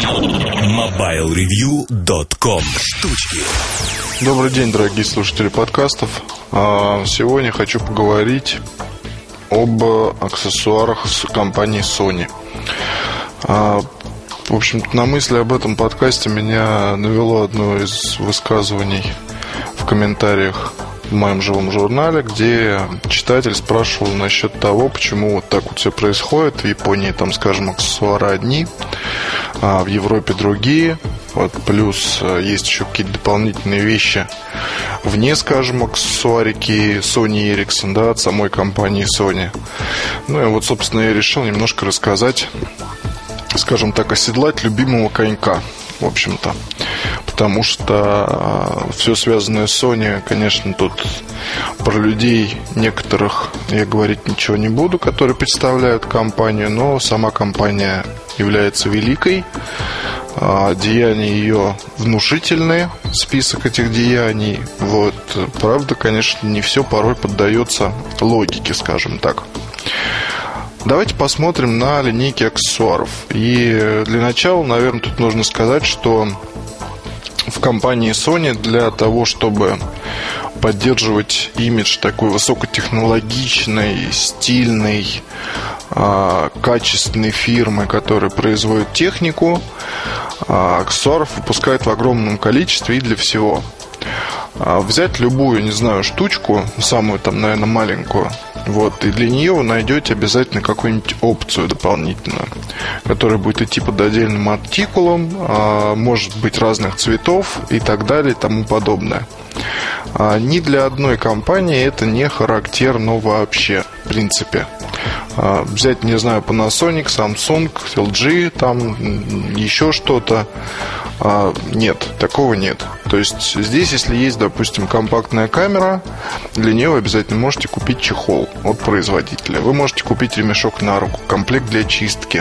MobileReview.com. Штучки. Добрый день, дорогие слушатели подкастов. Сегодня хочу поговорить об аксессуарах с компании Sony. В общем-то, на мысли об этом подкасте меня навело одно из высказываний в комментариях в моем живом журнале, где читатель спрашивал насчет того, почему вот так вот все происходит. В Японии там, скажем, аксессуары одни, а в Европе другие. Вот, плюс есть еще какие-то дополнительные вещи вне, скажем, аксессуарики Sony Ericsson, да, от самой компании Sony. Ну и вот, собственно, я решил немножко рассказать, скажем так, оседлать любимого конька, в общем-то. Потому что все связанное с Sony, конечно, тут про людей некоторых я говорить ничего не буду, которые представляют компанию, но сама компания является великой. Деяния ее внушительные, список этих деяний. Вот. Правда, конечно, не все порой поддается логике, скажем так. Давайте посмотрим на линейки аксессуаров. И для начала, наверное, тут нужно сказать, что в компании Sony для того, чтобы поддерживать имидж такой высокотехнологичной, стильной, качественной фирмы, которая производит технику, аксессуаров выпускают в огромном количестве и для всего. Взять любую, не знаю, штучку, самую там, наверное, маленькую, вот, и для нее вы найдете обязательно какую-нибудь опцию дополнительную, которая будет идти под отдельным артикулом, может быть разных цветов и так далее и тому подобное. Ни для одной компании это не характерно вообще, в принципе. Взять, не знаю, Panasonic, Samsung, LG, там еще что-то. Нет, такого нет. То есть здесь, если есть, допустим, компактная камера, для нее вы обязательно можете купить чехол от производителя. Вы можете купить ремешок на руку, комплект для чистки,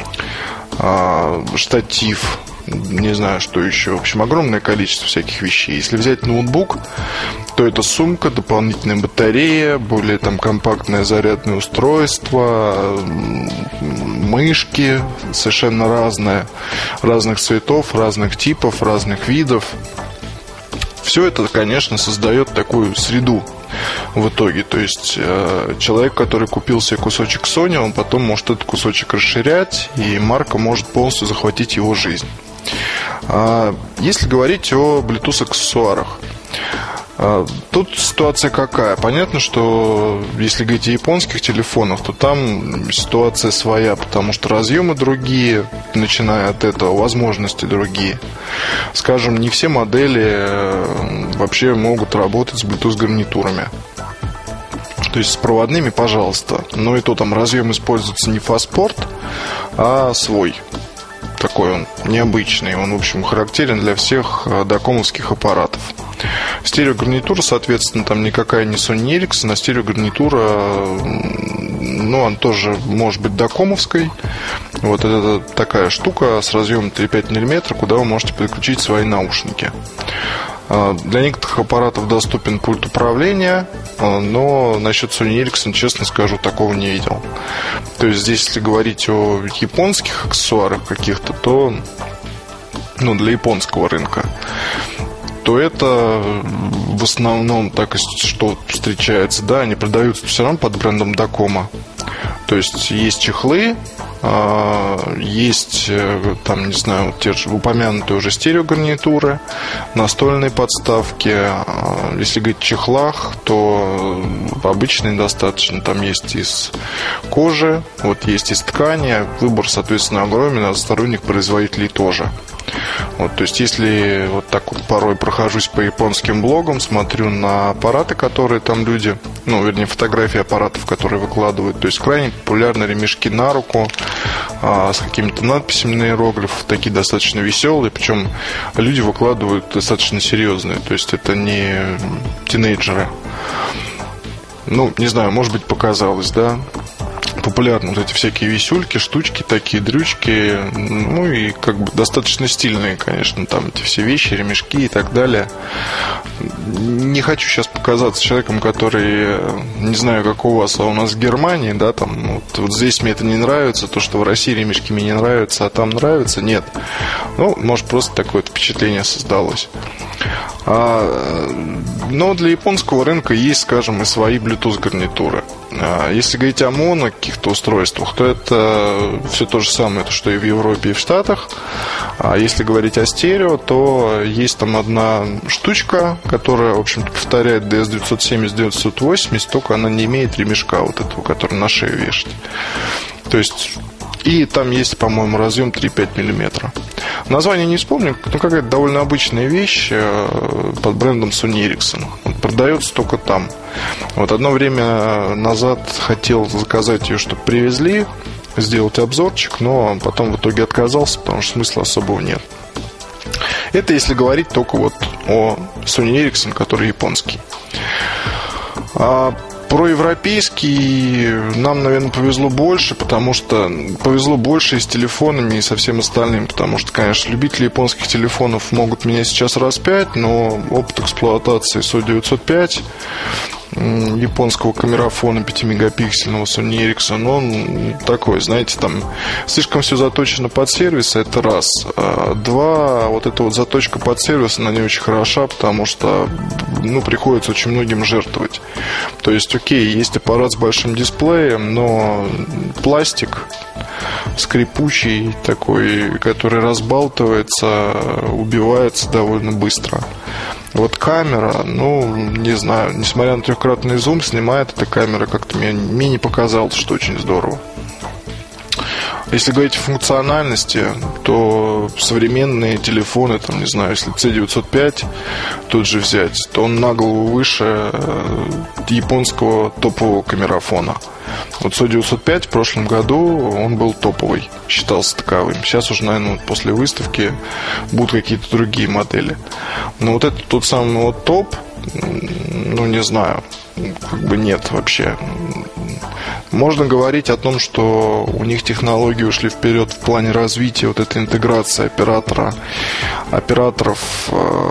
штатив, не знаю, что еще. В общем, огромное количество всяких вещей. Если взять ноутбук, то это сумка, дополнительная батарея, более там компактное зарядное устройство, мышки совершенно разные, разных цветов, разных типов, разных видов. Все это, конечно, создает такую среду в итоге. То есть человек, который купил себе кусочек Sony, он потом может этот кусочек расширять, и марка может полностью захватить его жизнь. Если говорить о Bluetooth аксессуарах, тут ситуация какая? Понятно, что если говорить о японских телефонах, то там ситуация своя, потому что разъемы другие, начиная от этого, возможности другие. Скажем, не все модели вообще могут работать с Bluetooth гарнитурами. То есть с проводными, пожалуйста. Но и то там разъем используется не фастпорт, а свой. Такой он необычный. Он, в общем, характерен для всех докомовских аппаратов. Стереогарнитура, соответственно, там никакая не Sony Ericsson, а стереогарнитура, ну, она тоже может быть докомовской. Вот это такая штука с разъемом 3,5 мм, куда вы можете подключить свои наушники. Для некоторых аппаратов доступен пульт управления, но насчет Sony Ericsson, честно скажу, такого не видел. То есть здесь, если говорить о японских аксессуарах каких-то, то, ну, для японского рынка, то это в основном так, что встречается, да, они продаются все равно под брендом Докома. То есть есть чехлы, есть там, не знаю, те же упомянутые уже стереогарнитуры, настольные подставки. Если говорить о чехлах, то обычные достаточно. Там есть из кожи, вот есть из ткани. Выбор, соответственно, огромен, от сторонних производителей тоже. Вот, то есть, если вот так вот порой прохожусь по японским блогам, смотрю на аппараты, которые там люди, ну, вернее, фотографии аппаратов, которые выкладывают, то есть крайне популярны ремешки на руку с какими-то надписями на иероглифах, такие достаточно веселые, причем люди выкладывают достаточно серьезные, то есть это не тинейджеры. Ну, не знаю, может быть, показалось, да. популярны вот эти всякие висюльки, штучки такие, дрючки. Ну и как бы достаточно стильные, конечно, там эти все вещи, ремешки и так далее. Не хочу сейчас показаться человеком, который, не знаю, как у вас, а у нас в Германии, да, там вот здесь мне это не нравится, то, что в России ремешки мне не нравятся, а там нравится, нет. Ну, может, просто такое впечатление создалось. Но для японского рынка есть, скажем, и свои Bluetooth гарнитуры. Если говорить о моно каких-то устройствах, то это все то же самое, что и в Европе, и в Штатах. А если говорить о стерео, то есть там одна штучка, которая, в общем-то, повторяет DS970, 980, только она не имеет ремешка вот этого, который на шею вешать. То есть... И там есть, по-моему, разъем 3,5 мм. Название не вспомню, но какая-то довольно обычная вещь под брендом Sony Ericsson. Он продается только там. Вот одно время назад хотел заказать ее, чтобы привезли, сделать обзорчик, но потом в итоге отказался, потому что смысла особого нет. Это если говорить только вот о Sony Ericsson, который японский. Про европейский нам, наверное, повезло больше, потому что повезло больше и с телефонами, и со всем остальным, потому что, конечно, любители японских телефонов могут меня сейчас распять, но опыт эксплуатации SO905 японского камерафона 5-мегапиксельного Sony Ericsson, он такой, знаете, там слишком все заточено под сервис, это раз. Два, вот эта вот заточка под сервис, она не очень хороша, потому что, приходится очень многим жертвовать. То есть, окей, есть аппарат с большим дисплеем, но пластик скрипучий такой, который разбалтывается, убивается довольно быстро. Вот камера, не знаю, несмотря на трехкратный зум, снимает эта камера как-то мне не показалось, что очень здорово. Если говорить о функциональности, то современные телефоны, там, не знаю, если C905 тот же взять, то он на голову выше японского топового камерафона. Вот SO905 в прошлом году он был топовый, считался таковым. Сейчас уже, наверное, после выставки будут какие-то другие модели. Но вот это тот самый вот топ, не знаю, как бы нет вообще. Можно говорить о том, что у них технологии ушли вперед в плане развития вот этой интеграции операторов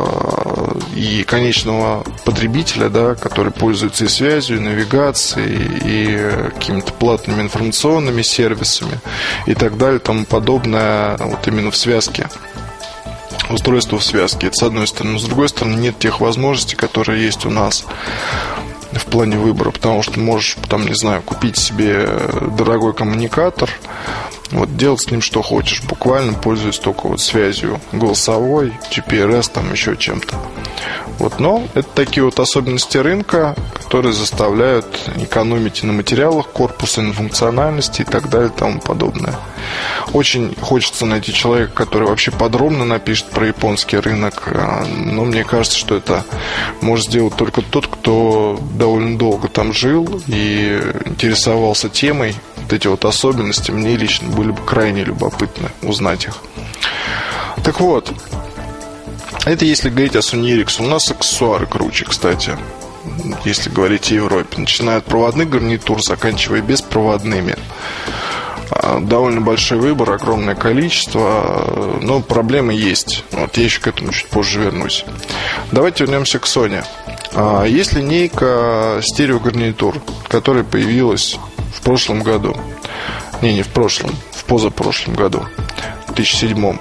и конечного потребителя, да, который пользуется и связью, и навигацией, и какими-то платными информационными сервисами и так далее, тому подобное, вот именно в связке. Устройство в связке. Это с одной стороны. Но с другой стороны, нет тех возможностей, которые есть у нас в плане выбора, потому что можешь, там, не знаю, купить себе дорогой коммуникатор, вот, делать с ним что хочешь, буквально пользуясь только вот связью голосовой, GPRS, там еще чем-то. Вот, но это такие вот особенности рынка, которые заставляют экономить и на материалах корпуса, и на функциональности и так далее и тому подобное. Очень хочется найти человека, который вообще подробно напишет про японский рынок, но мне кажется, что это может сделать только тот, кто довольно долго там жил и интересовался темой. Вот эти вот особенности мне лично были бы крайне любопытны узнать их. Так вот, это если говорить о Sony Ericsson. У нас аксессуары круче, кстати, если говорить о Европе. Начиная от проводных гарнитур, заканчивая беспроводными. Довольно большой выбор, огромное количество, но проблемы есть. Вот я еще к этому чуть позже вернусь. Давайте вернемся к Sony. Есть линейка стереогарнитур, которая появилась в прошлом году. Не в прошлом, в позапрошлом году, в 2007.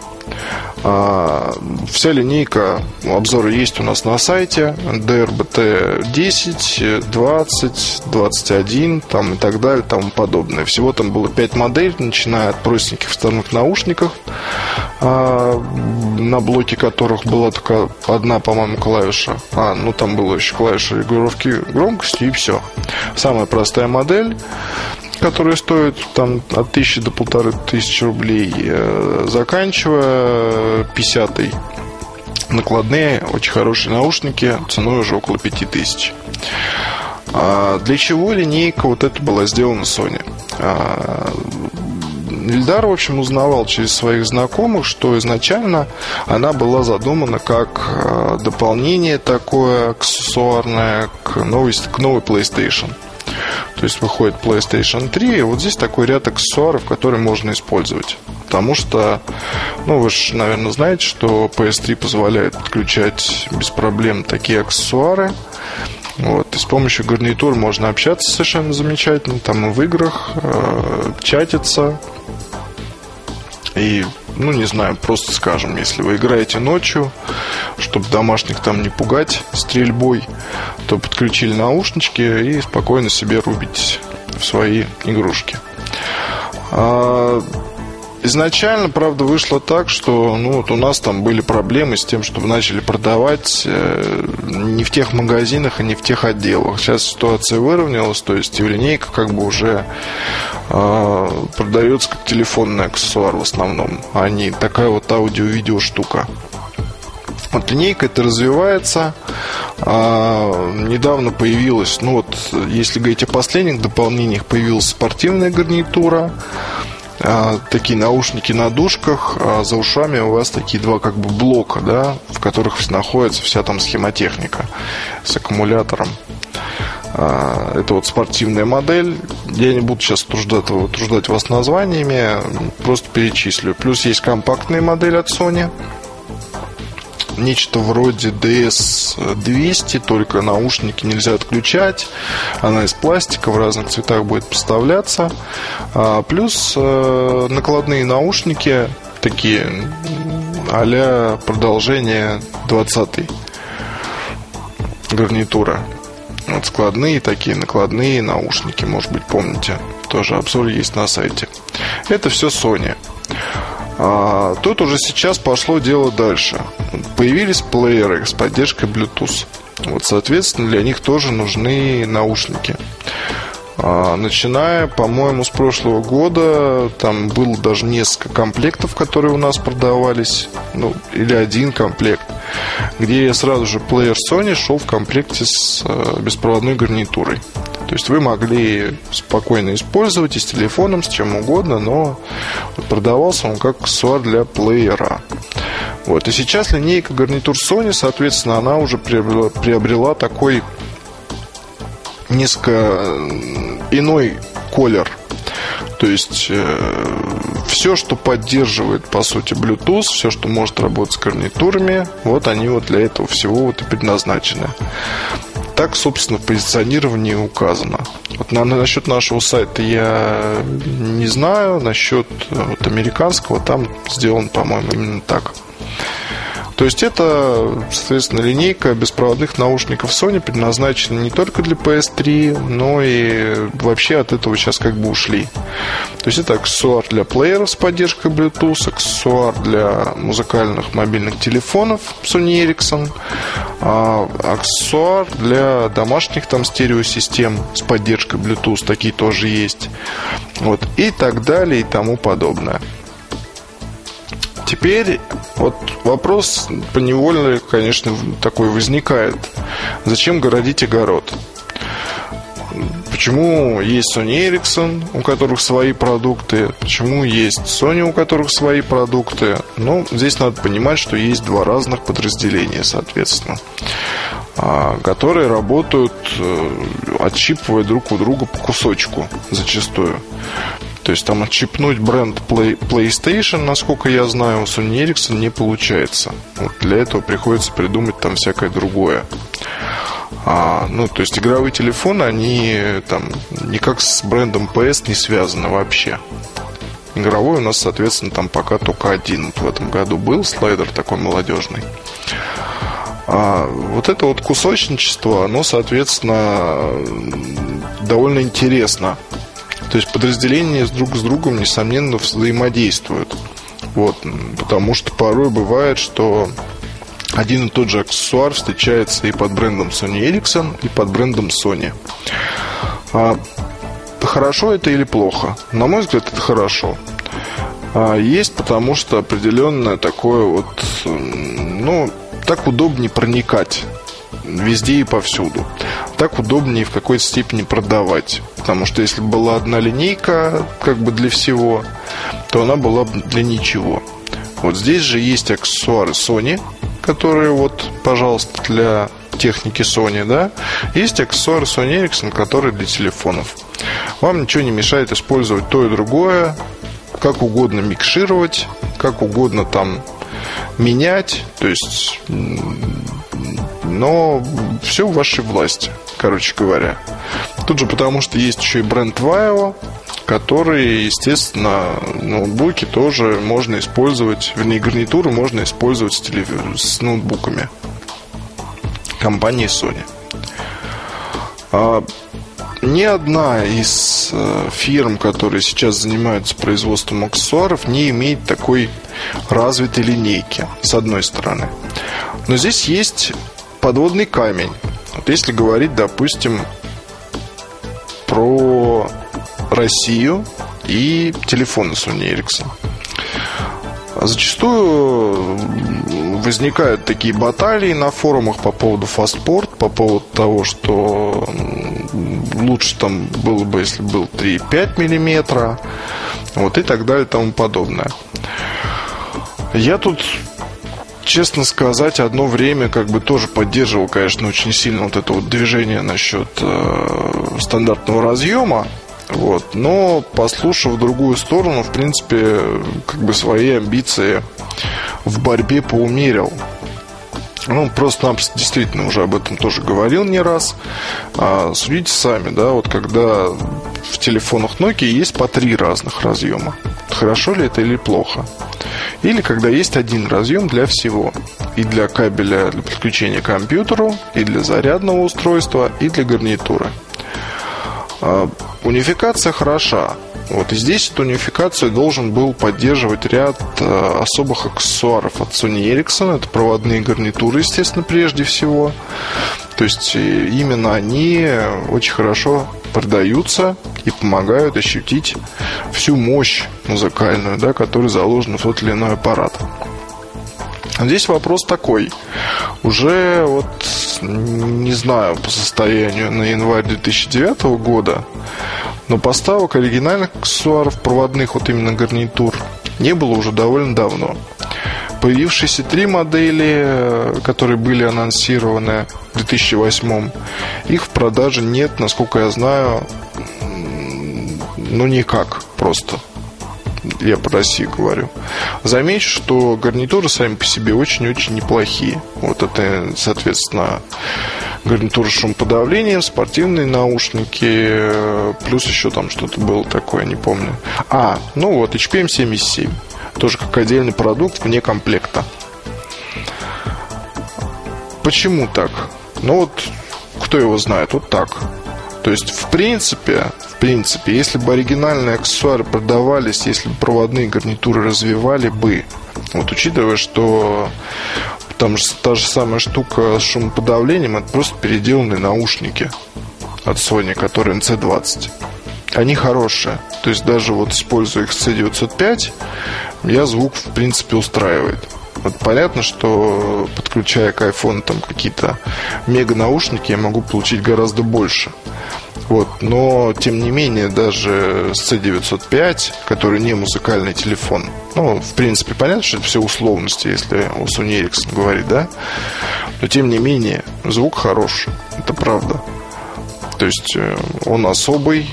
Вся линейка, обзоры есть у нас на сайте. DRBT 10, 20, 21 там, и так далее, тому подобное. Всего там было 5 моделей, начиная от простеньких вставных наушников, на блоке которых была только одна, по-моему, клавиша. Там была еще клавиша регулировки громкости, и все. Самая простая модель, которые стоят там от 1000 до 1500 рублей, заканчивая 50-й. Накладные, очень хорошие наушники, ценой уже около 5000. Для чего линейка вот эта была сделана Sony? Ильдар, в общем, узнавал через своих знакомых, что изначально она была задумана как дополнение такое аксессуарное к новой PlayStation. То есть выходит PlayStation 3, и вот здесь такой ряд аксессуаров, которые можно использовать. Потому что, вы же, наверное, знаете, что PS3 позволяет подключать без проблем такие аксессуары. Вот. И с помощью гарнитур можно общаться совершенно замечательно. Там и в играх, чатиться. И, не знаю, просто скажем, если вы играете ночью, чтобы домашних там не пугать стрельбой, то подключили наушнички и спокойно себе рубитесь в свои игрушки. Изначально, правда, вышло так, что у нас там были проблемы с тем, чтобы начали продавать не в тех магазинах и не в тех отделах. Сейчас ситуация выровнялась, то есть линейка как бы уже продается как телефонный аксессуар в основном, а не такая вот аудио-видео штука. Вот линейка это развивается. Недавно появилась, если говорить о последних дополнениях, появилась спортивная гарнитура. Такие наушники на дужках, а за ушами у вас такие два как бы блока, да, в которых находится вся там схемотехника с аккумулятором. Это вот спортивная модель. Я не буду сейчас утруждать вас названиями, просто перечислю. Плюс есть компактная модель от Sony. Нечто вроде DS200, только наушники нельзя отключать. Она из пластика, в разных цветах будет поставляться. Плюс накладные наушники, такие а-ля продолжение 20-й гарнитура. Вот складные такие, накладные наушники, может быть, помните. Тоже обзор есть на сайте. Это все Sony. Тут уже сейчас пошло дело дальше. Появились плееры с поддержкой Bluetooth. Вот, соответственно, для них тоже нужны наушники. Начиная, по-моему, с прошлого года, там было даже несколько комплектов, которые у нас продавались, или один комплект, где сразу же плеер Sony шел в комплекте с беспроводной гарнитурой. То есть вы могли спокойно использовать и с телефоном, с чем угодно, но продавался он как аксессуар для плеера. Вот. И сейчас линейка гарнитур Sony, соответственно, она уже приобрела такой несколько иной колер. То есть все, что поддерживает, по сути, Bluetooth, все, что может работать с гарнитурами, вот они вот для этого всего вот и предназначены. Так, собственно, в позиционировании указано. Вот насчет нашего сайта я не знаю. Насчет американского там сделан, по-моему, именно так. То есть это, соответственно, линейка беспроводных наушников Sony предназначена не только для PS3, но и вообще от этого сейчас как бы ушли. То есть это аксессуар для плееров с поддержкой Bluetooth, аксессуар для музыкальных мобильных телефонов Sony Ericsson, аксессуар для домашних там стереосистем с поддержкой Bluetooth, такие тоже есть. Вот, и так далее и тому подобное. Теперь вот вопрос поневоле, конечно, такой возникает. Зачем городить огород? Почему есть Sony Ericsson, у которых свои продукты? Почему есть Sony, у которых свои продукты? Здесь надо понимать, что есть два разных подразделения, соответственно, которые работают, отщипывая друг у друга по кусочку зачастую. То есть там отщипнуть бренд PlayStation, насколько я знаю, у Sony Ericsson не получается. Вот для этого приходится придумать там всякое другое. То есть игровые телефоны, они там никак с брендом PS не связаны вообще. Игровой у нас, соответственно, там пока только один. Вот в этом году был слайдер такой молодежный. Вот это вот кусочничество, оно, соответственно, довольно интересно. То есть подразделения друг с другом, несомненно, взаимодействуют. Вот, потому что порой бывает, что один и тот же аксессуар встречается и под брендом Sony Ericsson, и под брендом Sony. Хорошо это или плохо? На мой взгляд, это хорошо. Есть, потому что определенное такое вот, так удобнее проникать везде и повсюду. Так удобнее в какой-то степени продавать. Потому что если бы была одна линейка как бы для всего, то она была бы для ничего. Вот здесь же есть аксессуары Sony, которые вот, пожалуйста, для техники Sony, да, есть аксессуары Sony Ericsson, которые для телефонов. Вам ничего не мешает использовать то и другое, как угодно микшировать, как угодно там менять, то есть, но все в вашей власти, короче говоря. Тут же потому, что есть еще и бренд Vaio, который, естественно, ноутбуки тоже можно использовать, вернее, гарнитуры можно использовать с ноутбуками компании Sony. Ни одна из фирм, которые сейчас занимаются производством аксессуаров, не имеет такой развитой линейки, с одной стороны. Но здесь есть подводный камень. Вот если говорить, допустим, про Россию и телефоны Sony Ericsson. Зачастую возникают такие баталии на форумах по поводу Fastport, по поводу того, что лучше там было бы, если был 3,5 мм, вот, и так далее и тому подобное. Я тут, честно сказать, одно время как бы тоже поддерживал, конечно, очень сильно вот это вот движение насчет стандартного разъема. Вот. Но, послушав другую сторону, в принципе, как бы свои амбиции в борьбе поумерил. Просто-напросто действительно уже об этом тоже говорил не раз. Судите сами, да, вот когда в телефонах Nokia есть по 3 разных разъема. Хорошо ли это или плохо? Или когда есть один разъем для всего. И для кабеля для подключения к компьютеру, и для зарядного устройства, и для гарнитуры. Унификация хороша. Вот, и здесь эту унификацию должен был поддерживать ряд особых аксессуаров от Sony Ericsson. Это проводные гарнитуры, естественно, прежде всего. То есть именно они очень хорошо продаются и помогают ощутить всю мощь музыкальную, да, которая заложена в тот или иной аппарат. Здесь вопрос такой. Уже вот не знаю по состоянию на январь 2009 года, но поставок оригинальных аксессуаров проводных, вот именно гарнитур, не было уже довольно давно. Появившиеся 3 модели, которые были анонсированы в 2008, их в продаже нет, насколько я знаю, никак просто. Я по России говорю. Замечу, что гарнитуры сами по себе очень-очень неплохие. Вот это, соответственно, гарнитура с шумоподавлением, спортивные наушники, плюс еще там что-то было такое, не помню. HPM77. Тоже как отдельный продукт вне комплекта. Почему так? Кто его знает, вот так. То есть, в принципе, если бы оригинальные аксессуары продавались, если бы проводные гарнитуры развивали бы, вот учитывая, что там же та же самая штука с шумоподавлением, это просто переделанные наушники от Sony, которые NC20. Они хорошие. То есть, даже вот используя их C905, меня звук, в принципе, устраивает. Вот понятно, что подключая к iPhone там какие-то мега наушники, я могу получить гораздо больше. Вот, но тем не менее, даже с C905, который не музыкальный телефон, в принципе, понятно, что это все условности, если о Sony Ericsson говорить, да? Но тем не менее, звук хороший, это правда. То есть он особый,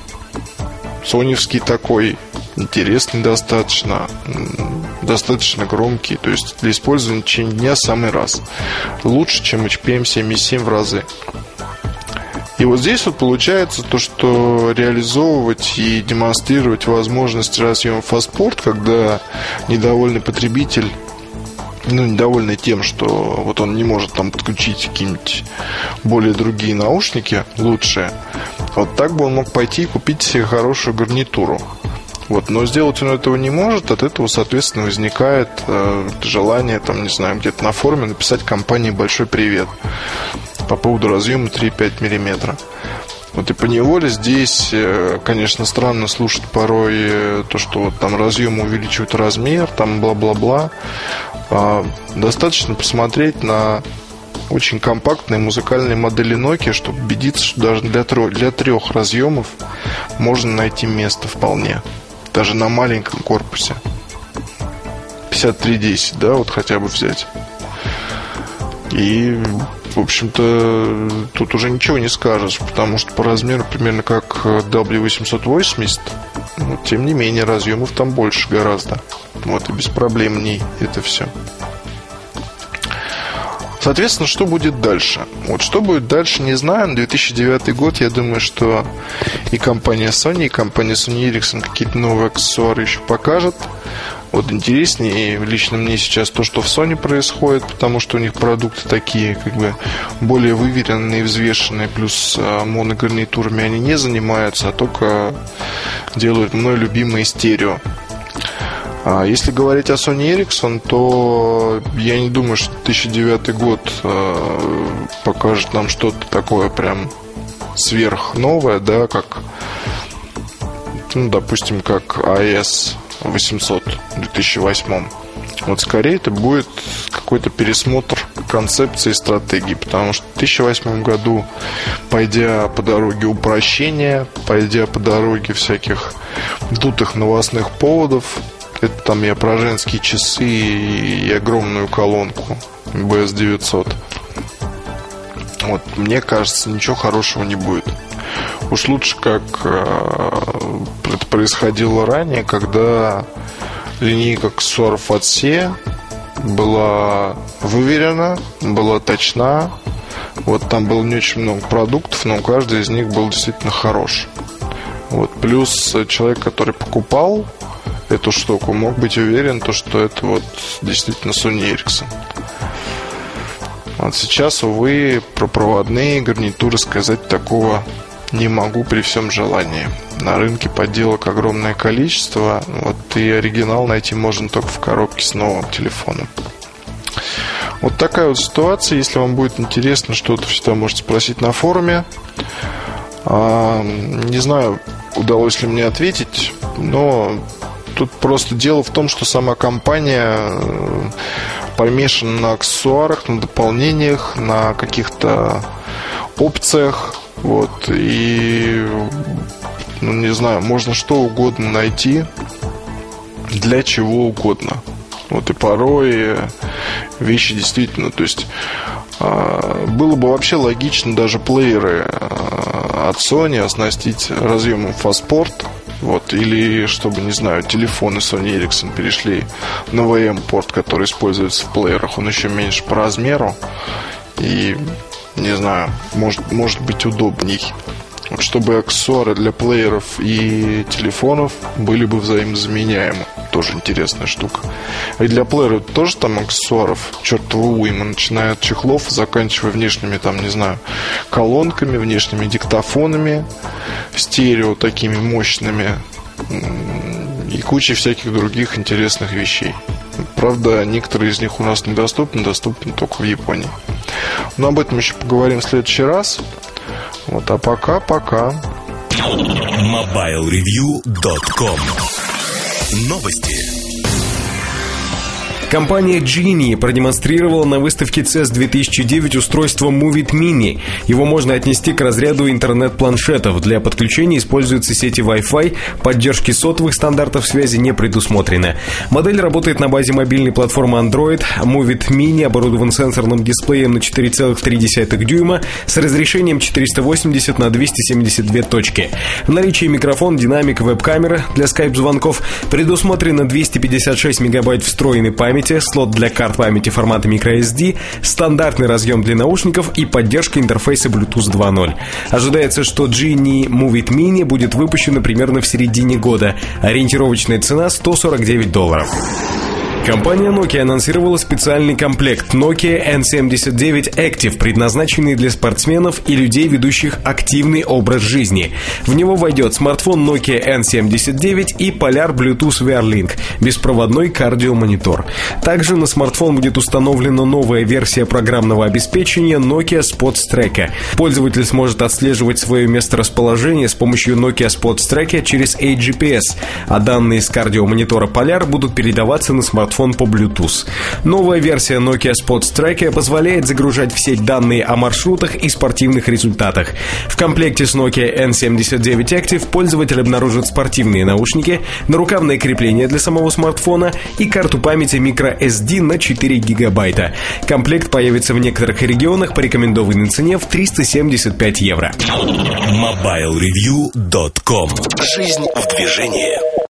соневский такой, интересный достаточно громкий. То есть для использования в течение дня самый раз. Лучше, чем HPM77 в разы. И вот здесь вот получается то, что реализовывать и демонстрировать возможность разъема Fastport, когда недовольный потребитель, недовольный тем, что вот он не может там подключить какие-нибудь более другие наушники лучшие, вот так бы он мог пойти и купить себе хорошую гарнитуру. Вот, но сделать он этого не может, от этого, соответственно, возникает желание, там, не знаю, где-то на форуме написать компании большой привет по поводу разъема 3,5 мм. Вот и поневоле здесь, конечно, странно слушать порой то, что вот там разъем увеличивает размер, там бла-бла-бла. Достаточно посмотреть на очень компактные музыкальные модели Nokia, чтобы убедиться, что даже для 3 разъемов можно найти место вполне. Даже на маленьком корпусе 5310, да, вот хотя бы взять. И в общем-то, тут уже ничего не скажешь, потому что по размеру примерно как W880, но, тем не менее, разъемов там больше гораздо. Вот, и без проблем не это все. Соответственно, что будет дальше? Вот что будет дальше, не знаю. 2009 год, я думаю, что и компания Sony, и компания Sony Ericsson какие-то новые аксессуары еще покажет. Вот интереснее лично мне сейчас то, что в Sony происходит, потому что у них продукты такие, как бы, более выверенные, взвешенные, плюс моногарнитурами они не занимаются, а только делают мной любимые стерео. А если говорить о Sony Ericsson, то я не думаю, что 2009 год покажет нам что-то такое прям сверхновое, да, как, ну, допустим, как AES-800 в 2008. Вот скорее это будет какой-то пересмотр концепции и стратегии, потому что в 2008 году, пойдя по дороге упрощения, пойдя по дороге всяких дутых новостных поводов, это там я про женские часы и огромную колонку BS900. Вот, мне кажется, ничего хорошего не будет. Уж лучше, как это происходило ранее, когда линейка аксессуаров от SE была выверена, была точна. Вот там было не очень много продуктов, но каждый из них был действительно хорош. Вот, плюс человек, который покупал эту штуку, мог быть уверен, что это вот действительно Sony Ericsson. Вот сейчас, увы, про проводные гарнитуры сказать такого не могу при всем желании. На рынке подделок огромное количество. Вот, и оригинал найти можно только в коробке с новым телефоном. Вот такая вот ситуация. Если вам будет интересно что-то, всегда можете спросить на форуме. Не знаю, удалось ли мне ответить, но тут просто дело в том, что сама компания помешана на аксессуарах, на дополнениях, на каких-то опциях. Вот, и, ну, не знаю, можно что угодно найти для чего угодно. Вот, и порой вещи действительно, то есть было бы вообще логично даже плееры от Sony оснастить разъемом Fastport. Вот, или чтобы, не знаю, телефоны Sony Ericsson перешли на VM-порт, который используется в плеерах. Он еще меньше по размеру и, не знаю, может быть удобней. Вот, чтобы аксессуары для плееров и телефонов были бы взаимозаменяемы. Тоже интересная штука. И для плееров тоже там аксессуаров чертова уйма, начиная от чехлов, заканчивая внешними, там, не знаю, колонками, внешними диктофонами, стерео такими мощными и кучей всяких других интересных вещей. Правда, некоторые из них у нас недоступны, доступны только в Японии. Но об этом еще поговорим в следующий раз. Вот, а пока. MobileReview.com. Новости. Компания Genie продемонстрировала на выставке CES 2009 устройство Move It Mini. Его можно отнести к разряду интернет-планшетов. Для подключения используются сети Wi-Fi, поддержки сотовых стандартов связи не предусмотрено. Модель работает на базе мобильной платформы Android. Move It Mini оборудован сенсорным дисплеем на 4,3 дюйма с разрешением 480 на 272 точки. В наличии микрофон, динамик, веб-камера для скайп-звонков. Предусмотрено 256 мегабайт встроенной памяти, слот для карт памяти формата microSD, стандартный разъем для наушников и поддержка интерфейса Bluetooth 2.0. Ожидается, что Genie Move It Mini будет выпущена примерно в середине года. Ориентировочная цена $149. Компания Nokia анонсировала специальный комплект Nokia N79 Active, предназначенный для спортсменов и людей, ведущих активный образ жизни. В него войдет смартфон Nokia N79 и Polar Bluetooth VR Link, беспроводной кардиомонитор. Также на смартфон будет установлена новая версия программного обеспечения Nokia Sports Tracker. Пользователь сможет отслеживать свое месторасположение с помощью Nokia Sports Tracker через AGPS, а данные с кардиомонитора Polar будут передаваться на смартфон смартфон по Bluetooth. Новая версия Nokia Spots Tracker позволяет загружать в сеть данные о маршрутах и спортивных результатах. В комплекте с Nokia N79 Active пользователь обнаружит спортивные наушники, нарукавное крепление для самого смартфона и карту памяти microSD на 4 гигабайта. Комплект появится в некоторых регионах по рекомендованной цене в 375 евро. MobileReview.com. Жизнь в движении.